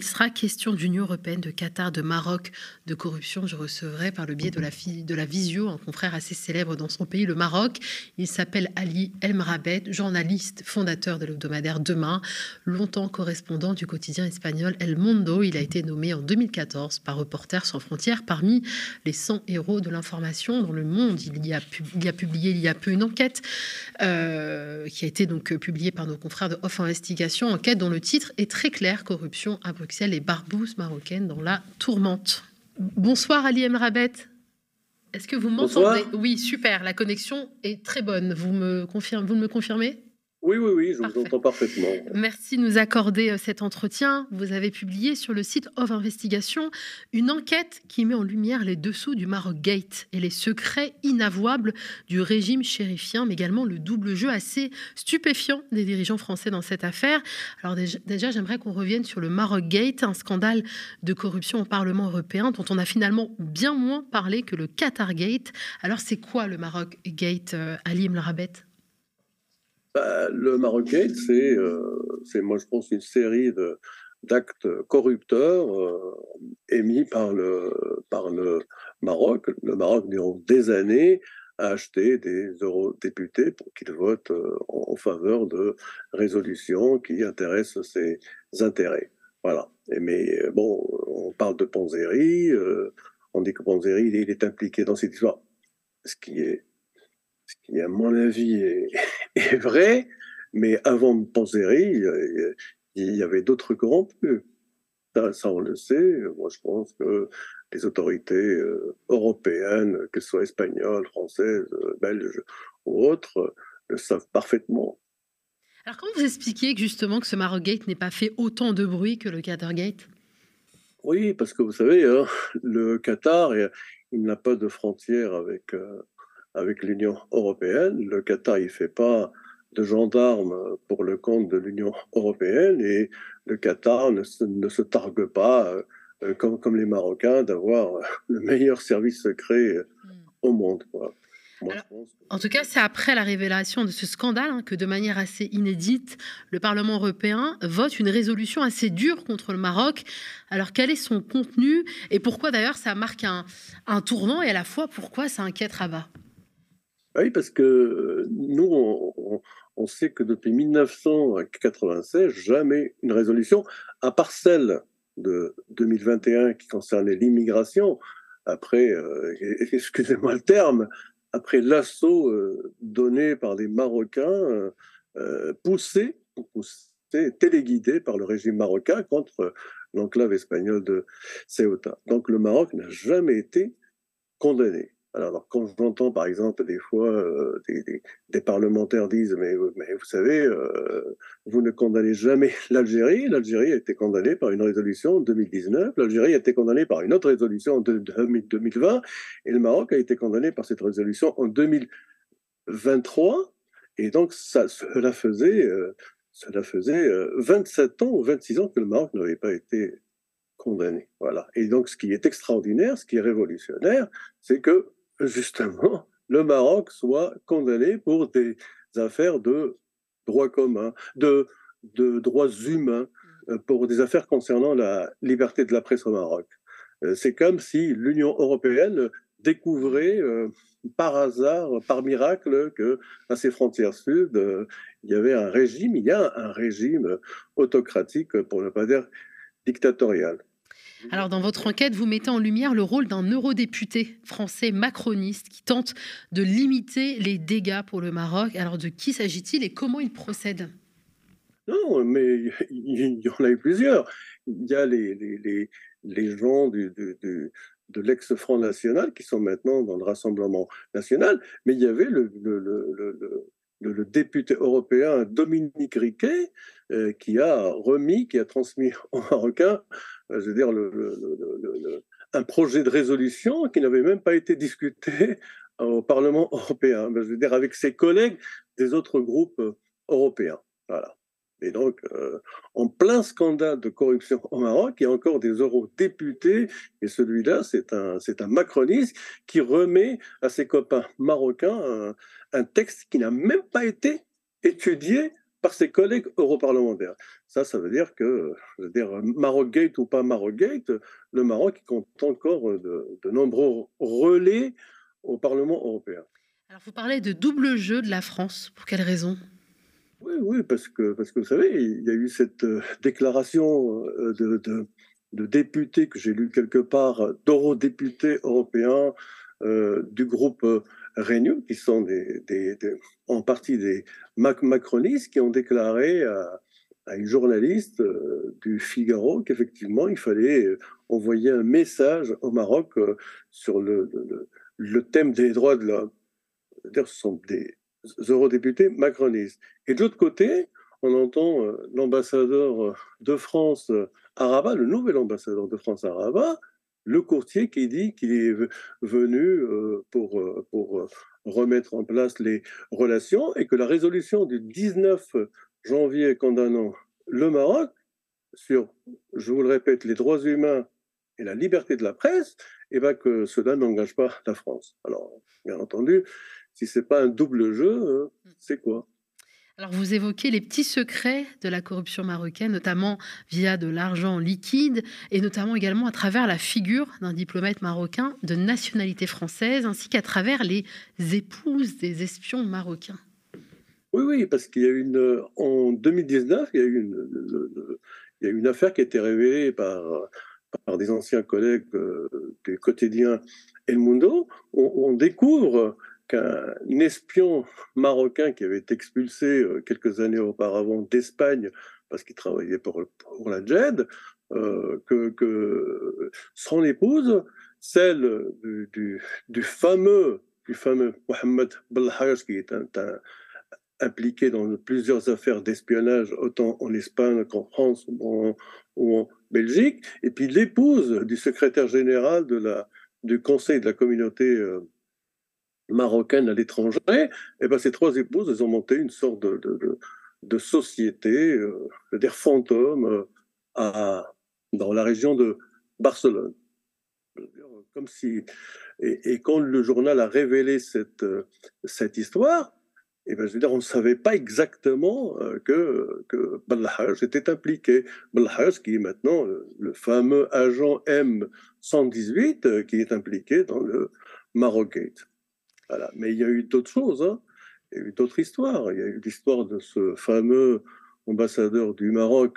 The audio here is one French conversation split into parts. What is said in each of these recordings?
il sera question d'Union européenne, de Qatar, de Maroc, de corruption. Je recevrai par le biais de la visio un confrère assez célèbre dans son pays, le Maroc. Il s'appelle Ali El Mrabet, journaliste, fondateur de l'hebdomadaire Demain, longtemps correspondant du quotidien espagnol El Mundo. Il a été nommé en 2014 par Reporters sans frontières parmi les 100 héros de l'information dans le monde. Il a publié il y a peu une enquête qui a été donc publiée par nos confrères de Off Investigation, enquête dont le titre est très clair: corruption à Bruxelles et barbouse marocaine dans la tourmente. Bonsoir Ali Mrabet. Est-ce que vous m'entendez? Oui, super, la connexion est très bonne. Vous me confirmez? Oui, je vous entends parfaitement. Merci de nous accorder cet entretien. Vous avez publié sur le site Off Investigation une enquête qui met en lumière les dessous du Maroc Gate et les secrets inavouables du régime chérifien, mais également le double jeu assez stupéfiant des dirigeants français dans cette affaire. Alors déjà, j'aimerais qu'on revienne sur le Maroc Gate, un scandale de corruption au Parlement européen dont on a finalement bien moins parlé que le Qatar Gate. Alors c'est quoi le Maroc Gate, Ali Mrabet? Le Maroc Gate, c'est, moi je pense, une série d'actes corrupteurs émis par le Maroc. Le Maroc, durant des années, a acheté des eurodéputés pour qu'ils votent en faveur de résolutions qui intéressent ses intérêts. Voilà. Mais bon, on parle de Panzeri, on dit que Panzeri, il est impliqué dans cette histoire, ce qui, à mon avis, est vrai, mais avant Panzeri, il y avait d'autres corrompus. Ça, on le sait. Moi, je pense que les autorités européennes, que ce soit espagnoles, françaises, belges ou autres, le savent parfaitement. Alors, comment vous expliquez justement que ce Maroc Gate n'ait pas fait autant de bruit que le Qatar Gate? Oui, parce que vous savez, hein, le Qatar, il n'a pas de frontière avec l'Union européenne. Le Qatar, il ne fait pas de gendarmes pour le compte de l'Union européenne, et le Qatar ne se targue pas, comme les Marocains, d'avoir le meilleur service secret au monde, quoi. Moi, Alors, en tout cas, c'est après la révélation de ce scandale que, de manière assez inédite, le Parlement européen vote une résolution assez dure contre le Maroc. Alors, quel est son contenu et pourquoi d'ailleurs ça marque un tournant, et à la fois pourquoi ça inquiète Rabat? Oui, parce que nous, on sait que depuis 1996, jamais une résolution, à part celle de 2021 qui concernait l'immigration, après, excusez-moi le terme, après l'assaut donné par des Marocains, poussé, téléguidé par le régime marocain contre l'enclave espagnole de Ceuta. Donc le Maroc n'a jamais été condamné. Alors quand j'entends par exemple des fois des parlementaires disent mais vous savez, vous ne condamnez jamais l'Algérie. L'Algérie a été condamnée par une résolution en 2019, l'Algérie a été condamnée par une autre résolution en 2020, et le Maroc a été condamné par cette résolution en 2023. Et donc cela faisait 27 ans ou 26 ans que le Maroc n'avait pas été condamné. Voilà. Et donc, ce qui est extraordinaire, ce qui est révolutionnaire, c'est que, justement, le Maroc soit condamné pour des affaires de droit commun, de droits humains, pour des affaires concernant la liberté de la presse au Maroc. C'est comme si l'Union européenne découvrait par hasard, par miracle, que à ses frontières sud, il y a un régime autocratique, pour ne pas dire dictatorial. Alors, dans votre enquête, vous mettez en lumière le rôle d'un eurodéputé français macroniste qui tente de limiter les dégâts pour le Maroc. Alors, de qui s'agit-il et comment il procède? Non, mais il y en a eu plusieurs. Il y a les gens de l'ex-Front National qui sont maintenant dans le Rassemblement National, mais il y avait le député européen Dominique Riquet qui a transmis aux Marocains, je veux dire, un projet de résolution qui n'avait même pas été discuté au Parlement européen, je veux dire, avec ses collègues des autres groupes européens. Voilà. Et donc, en plein scandale de corruption au Maroc, il y a encore des eurodéputés, et celui-là, c'est un macroniste qui remet à ses copains marocains un texte qui n'a même pas été étudié par ses collègues europarlementaires. Ça veut dire que, je veux dire, Maroc-Gate ou pas Maroc-Gate, le Maroc compte encore de nombreux relais au Parlement européen. Alors, vous parlez de double jeu de la France. Pour quelle raison? Oui, oui, parce que vous savez, il y a eu cette déclaration de députés que j'ai lu quelque part, d'eurodéputés européens du groupe Renew, qui sont en partie des macronistes, qui ont déclaré à une journaliste du Figaro qu'effectivement, il fallait envoyer un message au Maroc sur le thème des droits de l'homme. C'est-à-dire, ce sont des eurodéputés macronistes. Et de l'autre côté, on entend l'ambassadeur de France à Rabat, le nouvel ambassadeur de France à Rabat, le courtier qui dit qu'il est venu pour remettre en place les relations et que la résolution du 19 janvier condamnant le Maroc sur, je vous le répète, les droits humains et la liberté de la presse, et bien que cela n'engage pas la France. Alors, bien entendu, si ce n'est pas un double jeu, c'est quoi? Alors, vous évoquez les petits secrets de la corruption marocaine, notamment via de l'argent liquide et notamment également à travers la figure d'un diplomate marocain de nationalité française, ainsi qu'à travers les épouses des espions marocains. Oui, oui, parce qu'il y a en 2019, il y a une affaire qui a été révélée par des anciens collègues du quotidien El Mundo. On découvre qu'un espion marocain qui avait été expulsé quelques années auparavant d'Espagne parce qu'il travaillait pour la JED, que son épouse, celle du fameux Mohamed Belhaj, qui est un impliqué dans plusieurs affaires d'espionnage, autant en Espagne qu'en France ou en Belgique, et puis l'épouse du secrétaire général du Conseil de la communauté marocaine à l'étranger. Et ben, ces trois épouses, elles ont monté une sorte de société, c'est-à-dire fantôme, dans la région de Barcelone. Comme si, et quand le journal a révélé cette histoire, et ben, je veux dire, on ne savait pas exactement que Balhaj était impliqué. Balhaj, qui est maintenant le fameux agent M118 qui est impliqué dans le Marogate. Voilà. Mais il y a eu d'autres choses, hein. Il y a eu d'autres histoires. Il y a eu l'histoire de ce fameux ambassadeur du Maroc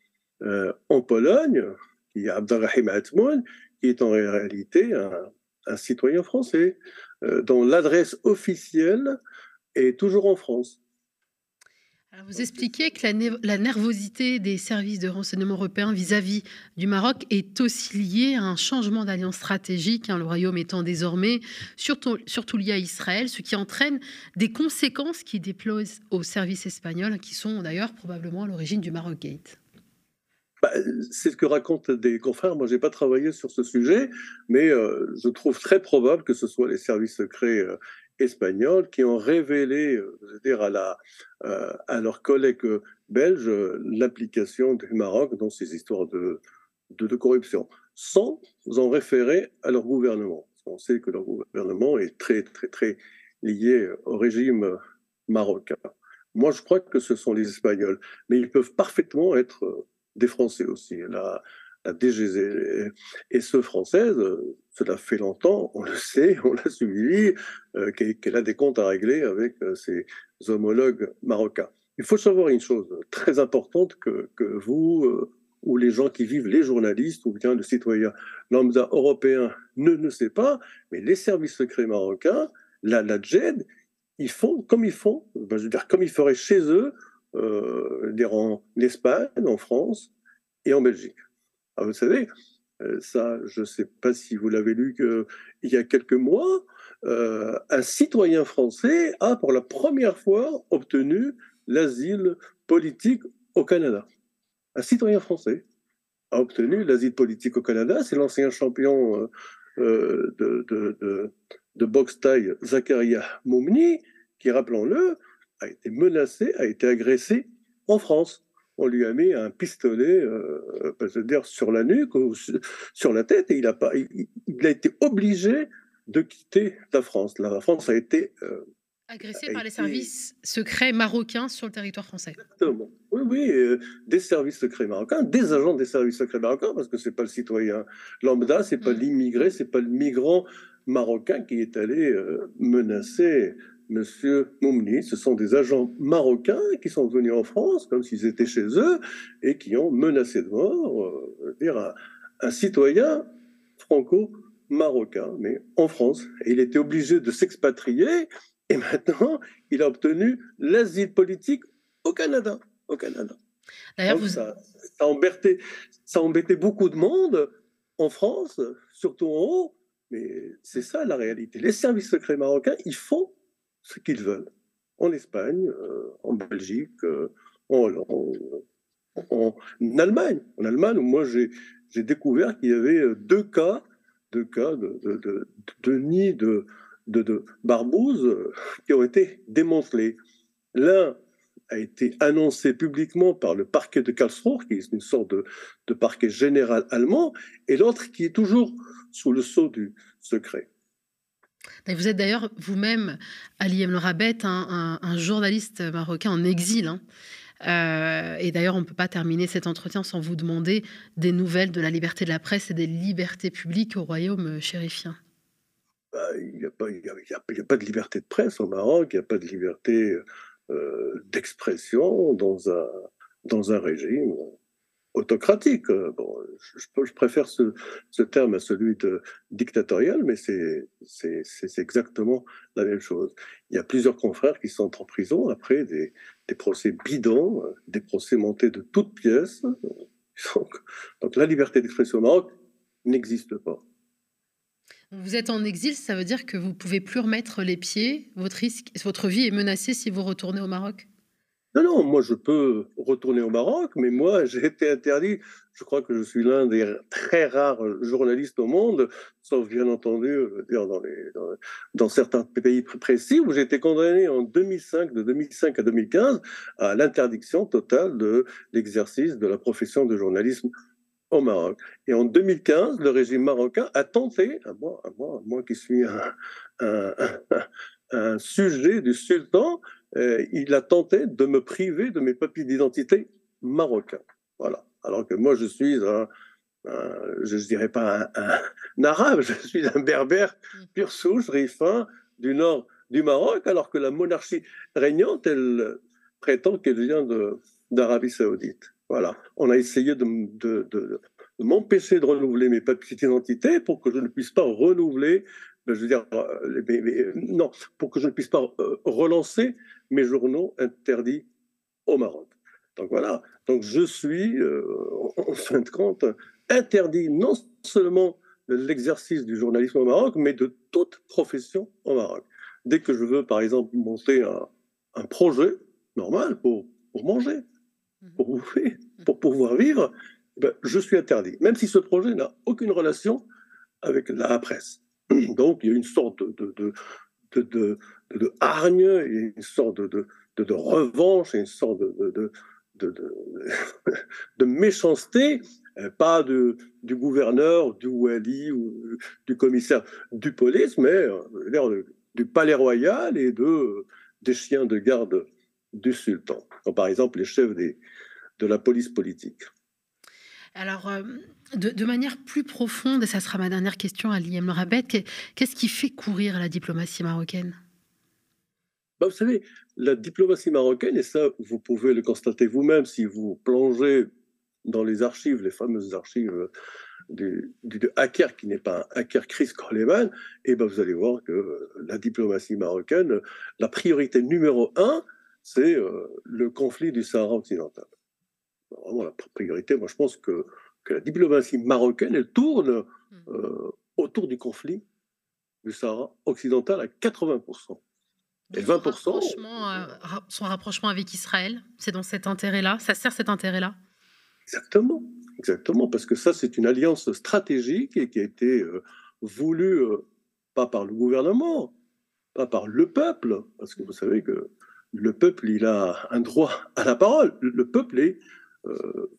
en Pologne, qui est Abdelrahim Atmoun, qui est en réalité un citoyen français, dont l'adresse officielle est toujours en France. Alors, vous expliquez que la nervosité des services de renseignement européens vis-à-vis du Maroc est aussi liée à un changement d'alliance stratégique, le royaume étant désormais surtout lié à Israël, ce qui entraîne des conséquences qui déplaisent aux services espagnols, qui sont d'ailleurs probablement à l'origine du Maroc Gate. Bah, c'est ce que racontent des confrères. Moi, je n'ai pas travaillé sur ce sujet, mais je trouve très probable que ce soit les services secrets espagnols qui ont révélé, dire à leurs collègues belges l'application du Maroc dans ces histoires de corruption, sans en référer à leur gouvernement. On sait que leur gouvernement est très, très, très lié au régime marocain. Moi, je crois que ce sont les Espagnols, mais ils peuvent parfaitement être des Français aussi. La DGSE française, cela fait longtemps, on le sait, on l'a suivi, qu'elle a des comptes à régler avec ses homologues marocains. Il faut savoir une chose très importante que vous ou les gens qui vivent, les journalistes ou bien le citoyen lambda européen ne sait pas, mais les services secrets marocains, la JED, ils font comme ils font, ben, je veux dire comme ils feraient chez eux, en Espagne, en France et en Belgique. Alors, vous savez, ça, je ne sais pas si vous l'avez lu il y a quelques mois, un citoyen français a pour la première fois obtenu l'asile politique au Canada. Un citoyen français a obtenu l'asile politique au Canada. C'est l'ancien champion de boxe thaï Zakaria Moumni, qui, rappelons-le, a été menacé, a été agressé en France. On lui a mis un pistolet sur la nuque ou sur la tête et il a été obligé de quitter la France. La France a été Agressé a par les été services secrets marocains sur le territoire français. exactement, oui, oui, des services secrets marocains, des agents des services secrets marocains, parce que c'est pas le citoyen lambda, c'est pas Mmh. l'immigré, c'est pas le migrant marocain qui est allé menacer Monsieur Moumni. Ce sont des agents marocains qui sont venus en France comme s'ils étaient chez eux et qui ont menacé de mort, dire un citoyen franco-marocain, mais en France. Et il était obligé de s'expatrier. Et maintenant, il a obtenu l'asile politique au Canada. Au Canada. D'ailleurs, Donc vous ça embêtait beaucoup de monde en France, surtout en haut, mais c'est ça la réalité. Les services secrets marocains, ils font ce qu'ils veulent. En Espagne, en Belgique, en Hollande, en Allemagne. En Allemagne, où moi j'ai découvert qu'il y avait deux cas de nids de barbouzes qui ont été démantelés. L'un a été annoncé publiquement par le parquet de Karlsruhe, qui est une sorte de parquet général allemand, et l'autre qui est toujours sous le sceau du secret. vous êtes d'ailleurs vous-même, Ali El Morabet, un journaliste marocain en exil, hein. Et d'ailleurs, on ne peut pas terminer cet entretien sans vous demander des nouvelles de la liberté de la presse et des libertés publiques au royaume chérifien. Il n'y a, a, pas de liberté de presse au Maroc, il n'y a pas de liberté d'expression dans un régime autocratique. Bon, je préfère ce terme à celui de dictatorial, mais c'est exactement la même chose. Il y a plusieurs confrères qui sont en prison après des procès bidons, des procès montés de toutes pièces. Donc la liberté d'expression au Maroc n'existe pas. Vous êtes en exil, ça veut dire que vous ne pouvez plus remettre les pieds, votre vie est menacée si vous retournez au Maroc? Non, non, moi je peux retourner au Maroc, mais moi j'ai été interdit. Je crois que je suis l'un des très rares journalistes au monde, sauf bien entendu dans certains pays précis, où j'ai été condamné en 2005, de 2005 à 2015, à l'interdiction totale de l'exercice de la profession de journalisme au Maroc. Et en 2015, le régime marocain a tenté, moi qui suis un, un sujet du sultan, il a tenté de me priver de mes papiers d'identité marocains. Voilà. Alors que moi, je suis je ne dirais pas un arabe, je suis un berbère pur souche, rifin, du nord du Maroc, alors que la monarchie régnante, elle prétend qu'elle vient d'Arabie Saoudite. Voilà. On a essayé de m'empêcher de renouveler mes papiers d'identité pour que je ne puisse pas renouveler, je veux dire, non, pour que je ne puisse pas relancer mes journaux interdits au Maroc. Donc voilà, donc je suis en fin de compte interdit non seulement de l'exercice du journalisme au Maroc, mais de toute profession au Maroc. Dès que je veux, par exemple, monter un projet normal pour manger, pour bouffer, pour pouvoir vivre, ben, je suis interdit, même si ce projet n'a aucune relation avec la presse. Donc il y a une sorte de hargne, une sorte de revanche, une sorte de, de méchanceté, pas du gouverneur, du wali ou du commissaire du police, mais du palais royal et des chiens de garde du sultan, comme par exemple les chefs de la police politique. Alors, de manière plus profonde, et ça sera ma dernière question à Liam Rabet, qu'est-ce qui fait courir la diplomatie marocaine? Bah, vous savez, la diplomatie marocaine, et ça, vous pouvez le constater vous-même si vous plongez dans les archives, les fameuses archives du hacker qui n'est pas un hacker Chris Coleman, et ben vous allez voir que la diplomatie marocaine, la priorité numéro un, c'est le conflit du Sahara occidental. Vraiment la priorité, moi je pense que la diplomatie marocaine, elle tourne autour du conflit du Sahara occidental à 80%. Et D'où 20%, son rapprochement avec Israël, c'est dans cet intérêt-là, ça sert cet intérêt-là? exactement, exactement, parce que ça, c'est une alliance stratégique et qui a été voulue pas par le gouvernement, pas par le peuple, parce que vous savez que le peuple, il a un droit à la parole. Le peuple est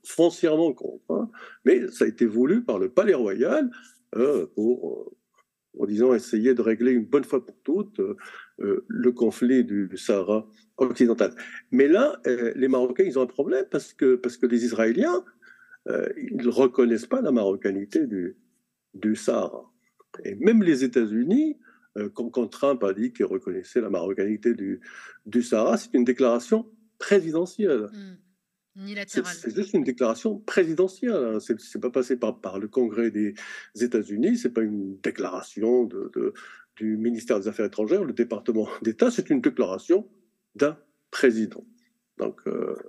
foncièrement contre, hein, mais ça a été voulu par le Palais Royal pour en disant essayer de régler une bonne fois pour toutes le conflit du Sahara occidental. Mais là, les Marocains, ils ont un problème parce que les Israéliens, ils ne reconnaissent pas la marocanité du Sahara. Et même les États-Unis, quand Trump a dit qu'il reconnaissait la marocanité du Sahara, c'est une déclaration présidentielle. Unilatéral. C'est juste une déclaration présidentielle. Hein. C'est pas passé par le Congrès des États-Unis. C'est pas une déclaration du ministère des Affaires étrangères, le département d'État. C'est une déclaration d'un président. Donc,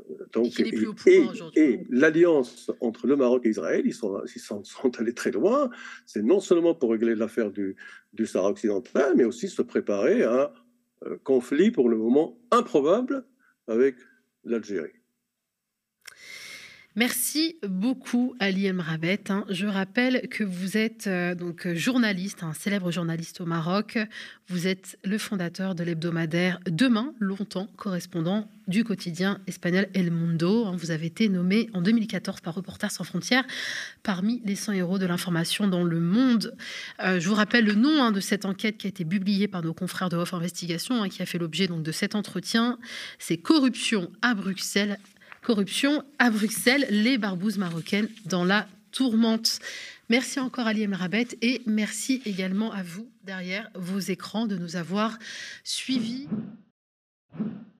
et l'alliance entre le Maroc et Israël, ils sont allés très loin. C'est non seulement pour régler l'affaire du Sahara occidental, mais aussi se préparer à un conflit pour le moment improbable avec l'Algérie. Merci beaucoup, Ali Elmrabet. Je rappelle que vous êtes donc journaliste, un célèbre journaliste au Maroc. Vous êtes le fondateur de l'hebdomadaire Demain, longtemps correspondant du quotidien espagnol El Mundo. Vous avez été nommé en 2014 par Reporters sans frontières parmi les 100 héros de l'information dans le monde. Je vous rappelle le nom de cette enquête qui a été publiée par nos confrères de Off Investigation, qui a fait l'objet donc de cet entretien. C'est Corruption à Bruxelles. Corruption à Bruxelles, les barbouzes marocaines dans la tourmente. Merci encore Ali Elmrabet et merci également à vous derrière vos écrans de nous avoir suivis.